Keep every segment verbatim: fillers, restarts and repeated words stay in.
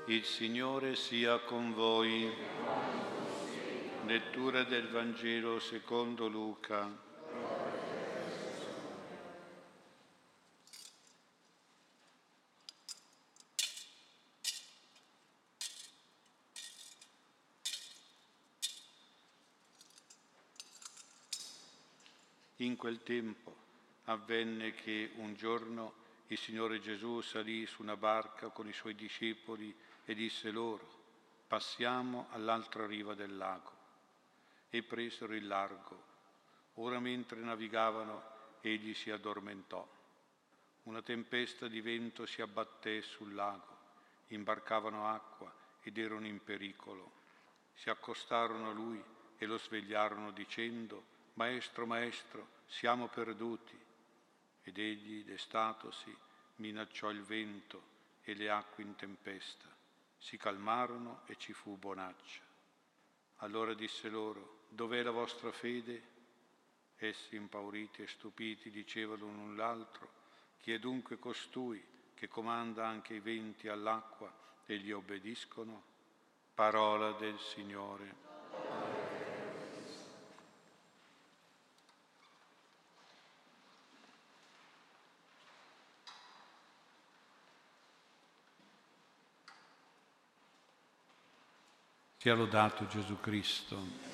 Il Signore sia con voi. Lettura del Vangelo secondo Luca. In quel tempo avvenne che un giorno il Signore Gesù salì su una barca con i suoi discepoli e disse loro: passiamo all'altra riva del lago. E presero il largo. Ora mentre navigavano egli si addormentò. Una tempesta di vento si abbatté sul lago, imbarcavano acqua ed erano in pericolo. Si accostarono a lui e lo svegliarono dicendo: Maestro, maestro, siamo perduti. Ed egli, destatosi, minacciò il vento e le acque in tempesta. Si calmarono e ci fu bonaccia. Allora disse loro: dov'è la vostra fede? Essi, impauriti e stupiti, dicevano l'un l'altro: chi è dunque costui che comanda anche i venti all'acqua e gli obbediscono? Parola del Signore. Sia lodato Gesù Cristo.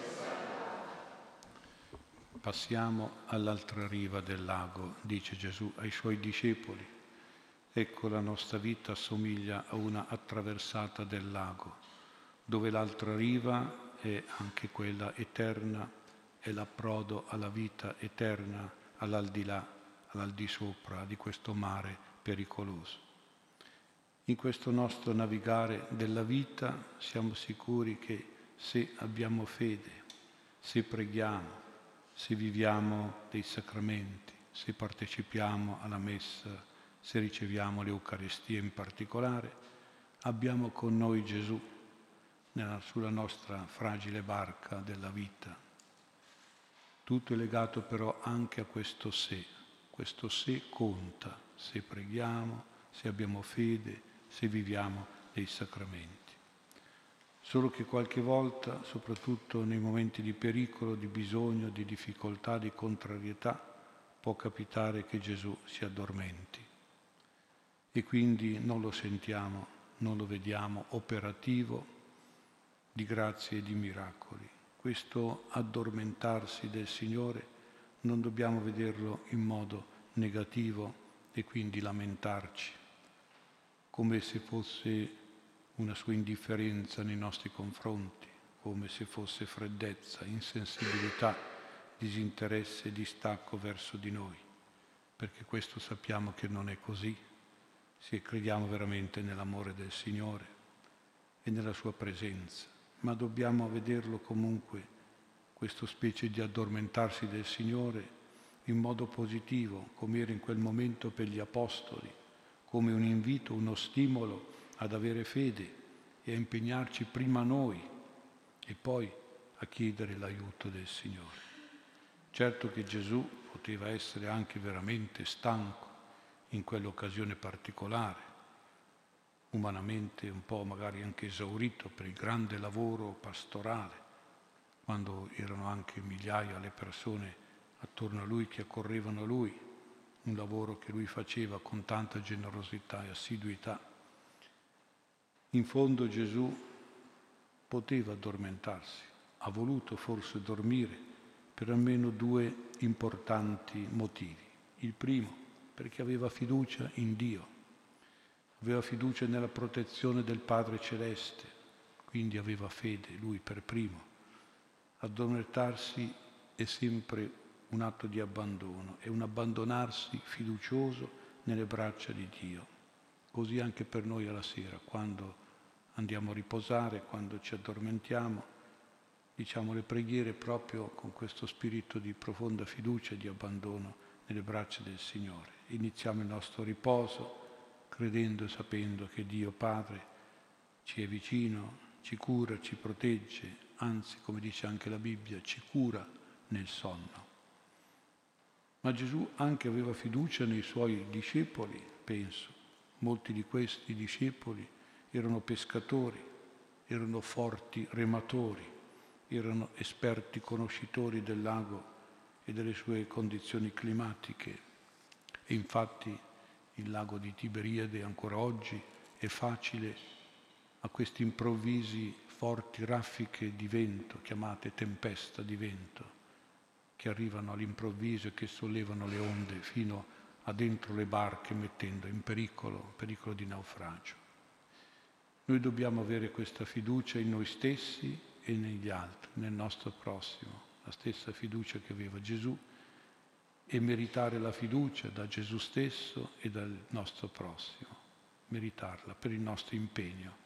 Passiamo all'altra riva del lago, dice Gesù ai suoi discepoli. Ecco, la nostra vita assomiglia a una attraversata del lago, dove l'altra riva è anche quella eterna, è l'approdo alla vita eterna, all'aldilà, all'aldisopra di questo mare pericoloso. In questo nostro navigare della vita siamo sicuri che se abbiamo fede, se preghiamo, se viviamo dei sacramenti, se partecipiamo alla messa, se riceviamo l'Eucaristia in particolare, abbiamo con noi Gesù nella, sulla nostra fragile barca della vita. Tutto è legato però anche a questo se. Questo se conta, se preghiamo, se abbiamo fede, se viviamo dei sacramenti. Solo che qualche volta, soprattutto nei momenti di pericolo, di bisogno, di difficoltà, di contrarietà, può capitare che Gesù si addormenti e quindi non lo sentiamo, non lo vediamo operativo di grazie e di miracoli. Questo addormentarsi del Signore non dobbiamo vederlo in modo negativo e quindi lamentarci, come se fosse una sua indifferenza nei nostri confronti, come se fosse freddezza, insensibilità, disinteresse e distacco verso di noi, perché questo sappiamo che non è così, se crediamo veramente nell'amore del Signore e nella sua presenza, ma dobbiamo vederlo comunque, questo specie di addormentarsi del Signore, in modo positivo, come era in quel momento per gli Apostoli, come un invito, uno stimolo ad avere fede e a impegnarci prima noi e poi a chiedere l'aiuto del Signore. Certo che Gesù poteva essere anche veramente stanco in quell'occasione particolare, umanamente un po' magari anche esaurito per il grande lavoro pastorale, quando erano anche migliaia le persone attorno a Lui che accorrevano a Lui, un lavoro che Lui faceva con tanta generosità e assiduità. In fondo Gesù poteva addormentarsi, ha voluto forse dormire per almeno due importanti motivi. Il primo, perché aveva fiducia in Dio, aveva fiducia nella protezione del Padre Celeste, quindi aveva fede, lui per primo. Addormentarsi è sempre un atto di abbandono, è un abbandonarsi fiducioso nelle braccia di Dio. Così anche per noi alla sera, quando andiamo a riposare, quando ci addormentiamo, diciamo le preghiere proprio con questo spirito di profonda fiducia e di abbandono nelle braccia del Signore. Iniziamo il nostro riposo credendo e sapendo che Dio Padre ci è vicino, ci cura, ci protegge, anzi, come dice anche la Bibbia, ci cura nel sonno. Ma Gesù anche aveva fiducia nei suoi discepoli, penso. Molti di questi discepoli erano pescatori, erano forti rematori, erano esperti conoscitori del lago e delle sue condizioni climatiche. E infatti il lago di Tiberiade ancora oggi è facile a questi improvvisi forti raffiche di vento, chiamate tempesta di vento, che arrivano all'improvviso e che sollevano le onde fino a dentro le barche, mettendo in pericolo, pericolo di naufragio. Noi dobbiamo avere questa fiducia in noi stessi e negli altri, nel nostro prossimo, la stessa fiducia che aveva Gesù, e meritare la fiducia da Gesù stesso e dal nostro prossimo, meritarla per il nostro impegno.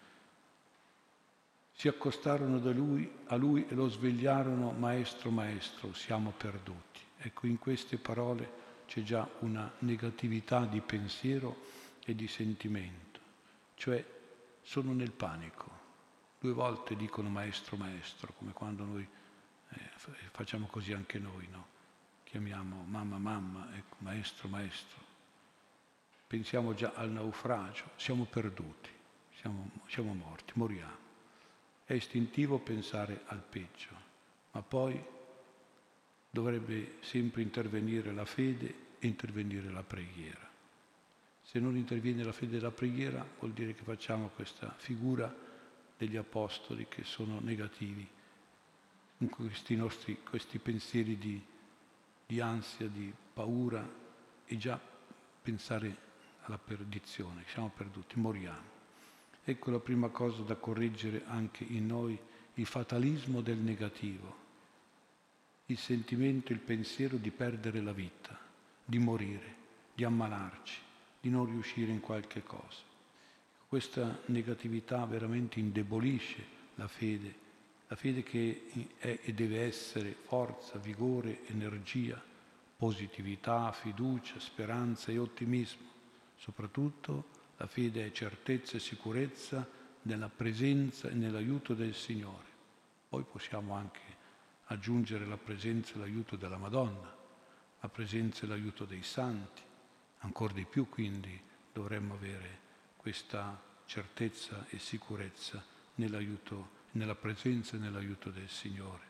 Si accostarono da lui, a lui e lo svegliarono: maestro, maestro, siamo perduti. Ecco, in queste parole c'è già una negatività di pensiero e di sentimento, cioè sono nel panico. Due volte dicono maestro, maestro, come quando noi eh, facciamo così anche noi, no? Chiamiamo mamma, mamma, ecco, maestro, maestro. Pensiamo già al naufragio, siamo perduti, siamo, siamo morti, moriamo. È istintivo pensare al peggio, ma poi dovrebbe sempre intervenire la fede e intervenire la preghiera. Se non interviene la fede e la preghiera, vuol dire che facciamo questa figura degli apostoli che sono negativi, in questi nostri questi pensieri di, di ansia, di paura, e già pensare alla perdizione, siamo perduti, moriamo. Ecco la prima cosa da correggere anche in noi, il fatalismo del negativo, il sentimento, il pensiero di perdere la vita, di morire, di ammalarci, di non riuscire in qualche cosa. Questa negatività veramente indebolisce la fede, la fede che è e deve essere forza, vigore, energia, positività, fiducia, speranza e ottimismo. Soprattutto la fede è certezza e sicurezza nella presenza e nell'aiuto del Signore. Poi possiamo anche aggiungere la presenza e l'aiuto della Madonna, la presenza e l'aiuto dei santi. Ancora di più, quindi, dovremmo avere questa certezza e sicurezza nell'aiuto, nella presenza e nell'aiuto del Signore.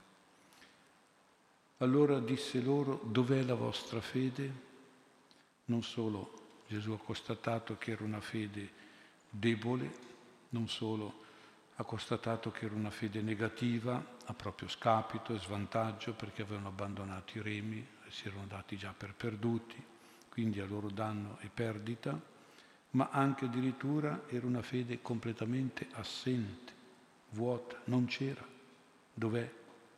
Allora disse loro: dov'è la vostra fede? Non solo Gesù ha constatato che era una fede debole, non solo ha constatato che era una fede negativa a proprio scapito e svantaggio, perché avevano abbandonato i remi e si erano dati già per perduti, quindi a loro danno e perdita, ma anche addirittura era una fede completamente assente, vuota, non c'era. Dov'è?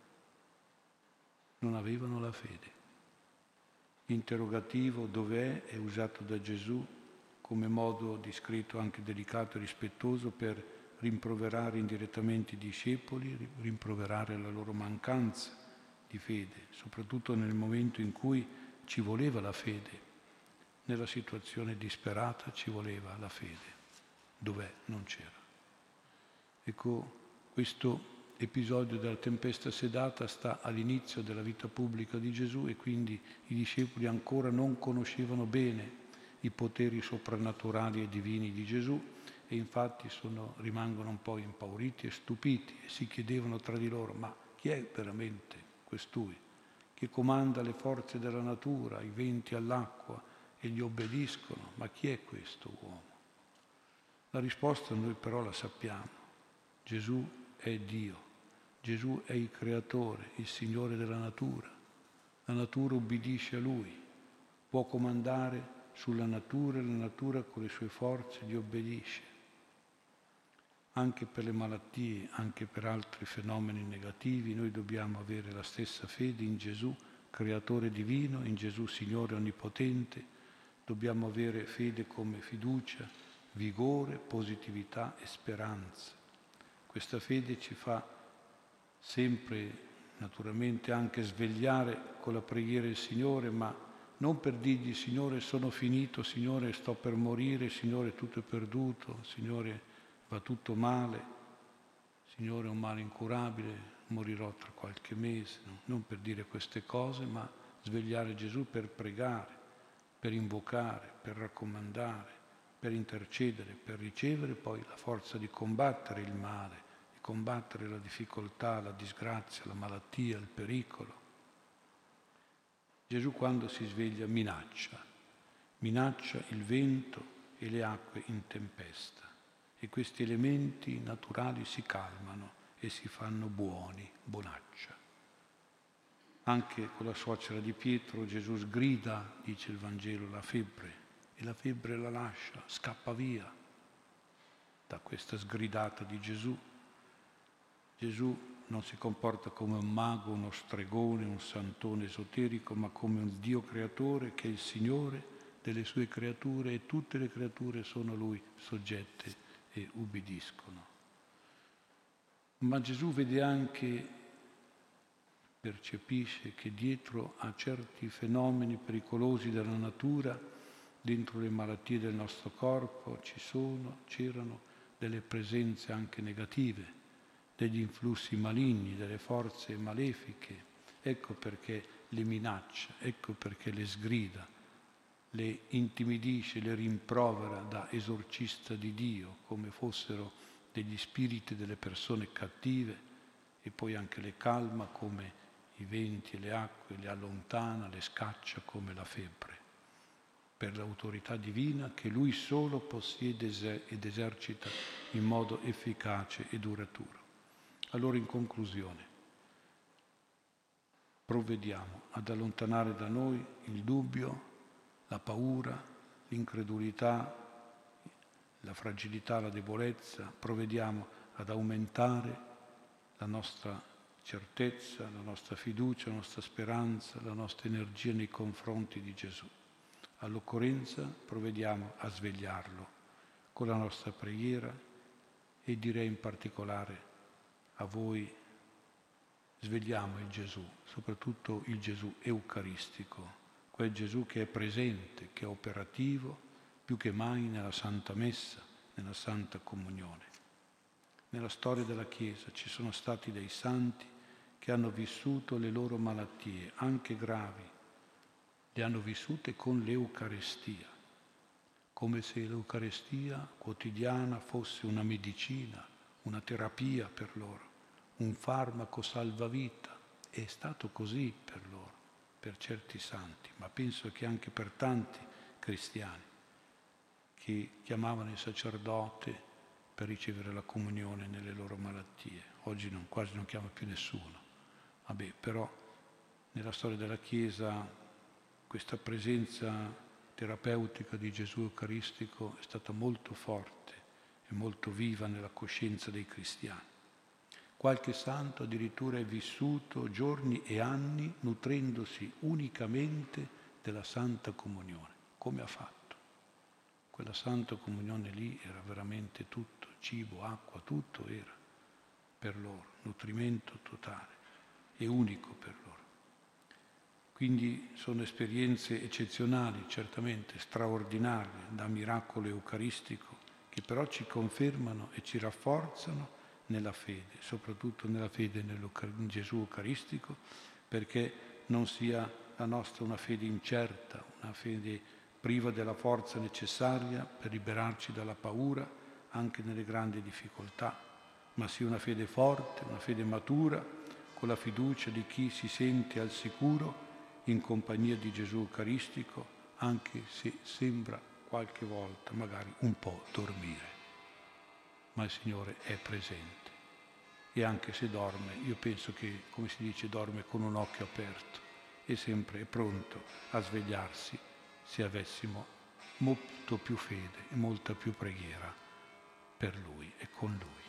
Non avevano la fede. L'interrogativo dov'è è usato da Gesù come modo discreto, anche delicato e rispettoso, per rimproverare indirettamente i discepoli, rimproverare la loro mancanza di fede, soprattutto nel momento in cui ci voleva la fede. Nella situazione disperata ci voleva la fede. Dov'è? Non c'era. Ecco, questo episodio della tempesta sedata sta all'inizio della vita pubblica di Gesù, e quindi i discepoli ancora non conoscevano bene i poteri soprannaturali e divini di Gesù, e infatti sono, rimangono un po' impauriti e stupiti e si chiedevano tra di loro: ma chi è veramente questui che comanda le forze della natura, i venti all'acqua, e gli obbediscono? Ma chi è questo uomo? La risposta noi però la sappiamo: Gesù è Dio, Gesù è il Creatore, il Signore della natura. La natura ubbidisce a Lui, può comandare sulla natura, e la natura con le sue forze gli obbedisce. Anche per le malattie, anche per altri fenomeni negativi, noi dobbiamo avere la stessa fede in Gesù, Creatore divino, in Gesù Signore onnipotente. Dobbiamo avere fede come fiducia, vigore, positività e speranza. Questa fede ci fa sempre, naturalmente, anche svegliare con la preghiera il Signore, ma non per dirgli: Signore, sono finito, Signore, sto per morire, Signore, tutto è perduto, Signore, va tutto male, Signore, è un male incurabile, morirò tra qualche mese. No? Non per dire queste cose, ma svegliare Gesù per pregare, per invocare, per raccomandare, per intercedere, per ricevere poi la forza di combattere il male, di combattere la difficoltà, la disgrazia, la malattia, il pericolo. Gesù quando si sveglia minaccia, minaccia il vento e le acque in tempesta e questi elementi naturali si calmano e si fanno buoni, bonaccia. Anche con la suocera di Pietro Gesù sgrida, dice il Vangelo, la febbre e la febbre la lascia, scappa via da questa sgridata di Gesù. Gesù non si comporta come un mago, uno stregone, un santone esoterico, ma come un Dio creatore che è il Signore delle sue creature e tutte le creature sono a Lui soggette e ubbidiscono. Ma Gesù vede anche, percepisce che dietro a certi fenomeni pericolosi della natura, dentro le malattie del nostro corpo, ci sono, c'erano delle presenze anche negative, degli influssi maligni, delle forze malefiche. Ecco perché le minaccia, ecco perché le sgrida, le intimidisce, le rimprovera da esorcista di Dio, come fossero degli spiriti delle persone cattive, e poi anche le calma come i venti e le acque, le allontana, le scaccia come la febbre, per l'autorità divina che Lui solo possiede ed esercita in modo efficace e duraturo. Allora, in conclusione, provvediamo ad allontanare da noi il dubbio, la paura, l'incredulità, la fragilità, la debolezza, provvediamo ad aumentare la nostra certezza, la nostra fiducia, la nostra speranza, la nostra energia nei confronti di Gesù. All'occorrenza provvediamo a svegliarlo con la nostra preghiera e direi in particolare a voi, svegliamo il Gesù, soprattutto il Gesù eucaristico, quel Gesù che è presente, che è operativo più che mai nella Santa Messa, nella Santa Comunione. Nella storia della Chiesa ci sono stati dei santi che hanno vissuto le loro malattie, anche gravi, le hanno vissute con l'Eucaristia, come se l'Eucaristia quotidiana fosse una medicina, una terapia per loro, un farmaco salvavita. È stato così per loro, per certi santi, ma penso che anche per tanti cristiani che chiamavano il sacerdote per ricevere la comunione nelle loro malattie. Oggi non, quasi non chiama più nessuno. Vabbè, però nella storia della Chiesa questa presenza terapeutica di Gesù Eucaristico è stata molto forte e molto viva nella coscienza dei cristiani. Qualche santo addirittura è vissuto giorni e anni nutrendosi unicamente della Santa Comunione. Come ha fatto? Quella Santa Comunione lì era veramente tutto, cibo, acqua, tutto era per loro, nutrimento totale e unico per loro. Quindi sono esperienze eccezionali, certamente straordinarie, da miracolo eucaristico, che però ci confermano e ci rafforzano nella fede, soprattutto nella fede in Gesù Eucaristico, perché non sia la nostra una fede incerta, una fede priva della forza necessaria per liberarci dalla paura anche nelle grandi difficoltà, ma sia una fede forte, una fede matura, con la fiducia di chi si sente al sicuro in compagnia di Gesù Eucaristico, anche se sembra qualche volta magari un po' dormire. Ma il Signore è presente e anche se dorme, io penso che, come si dice, dorme con un occhio aperto e sempre è pronto a svegliarsi se avessimo molto più fede e molta più preghiera per Lui e con Lui.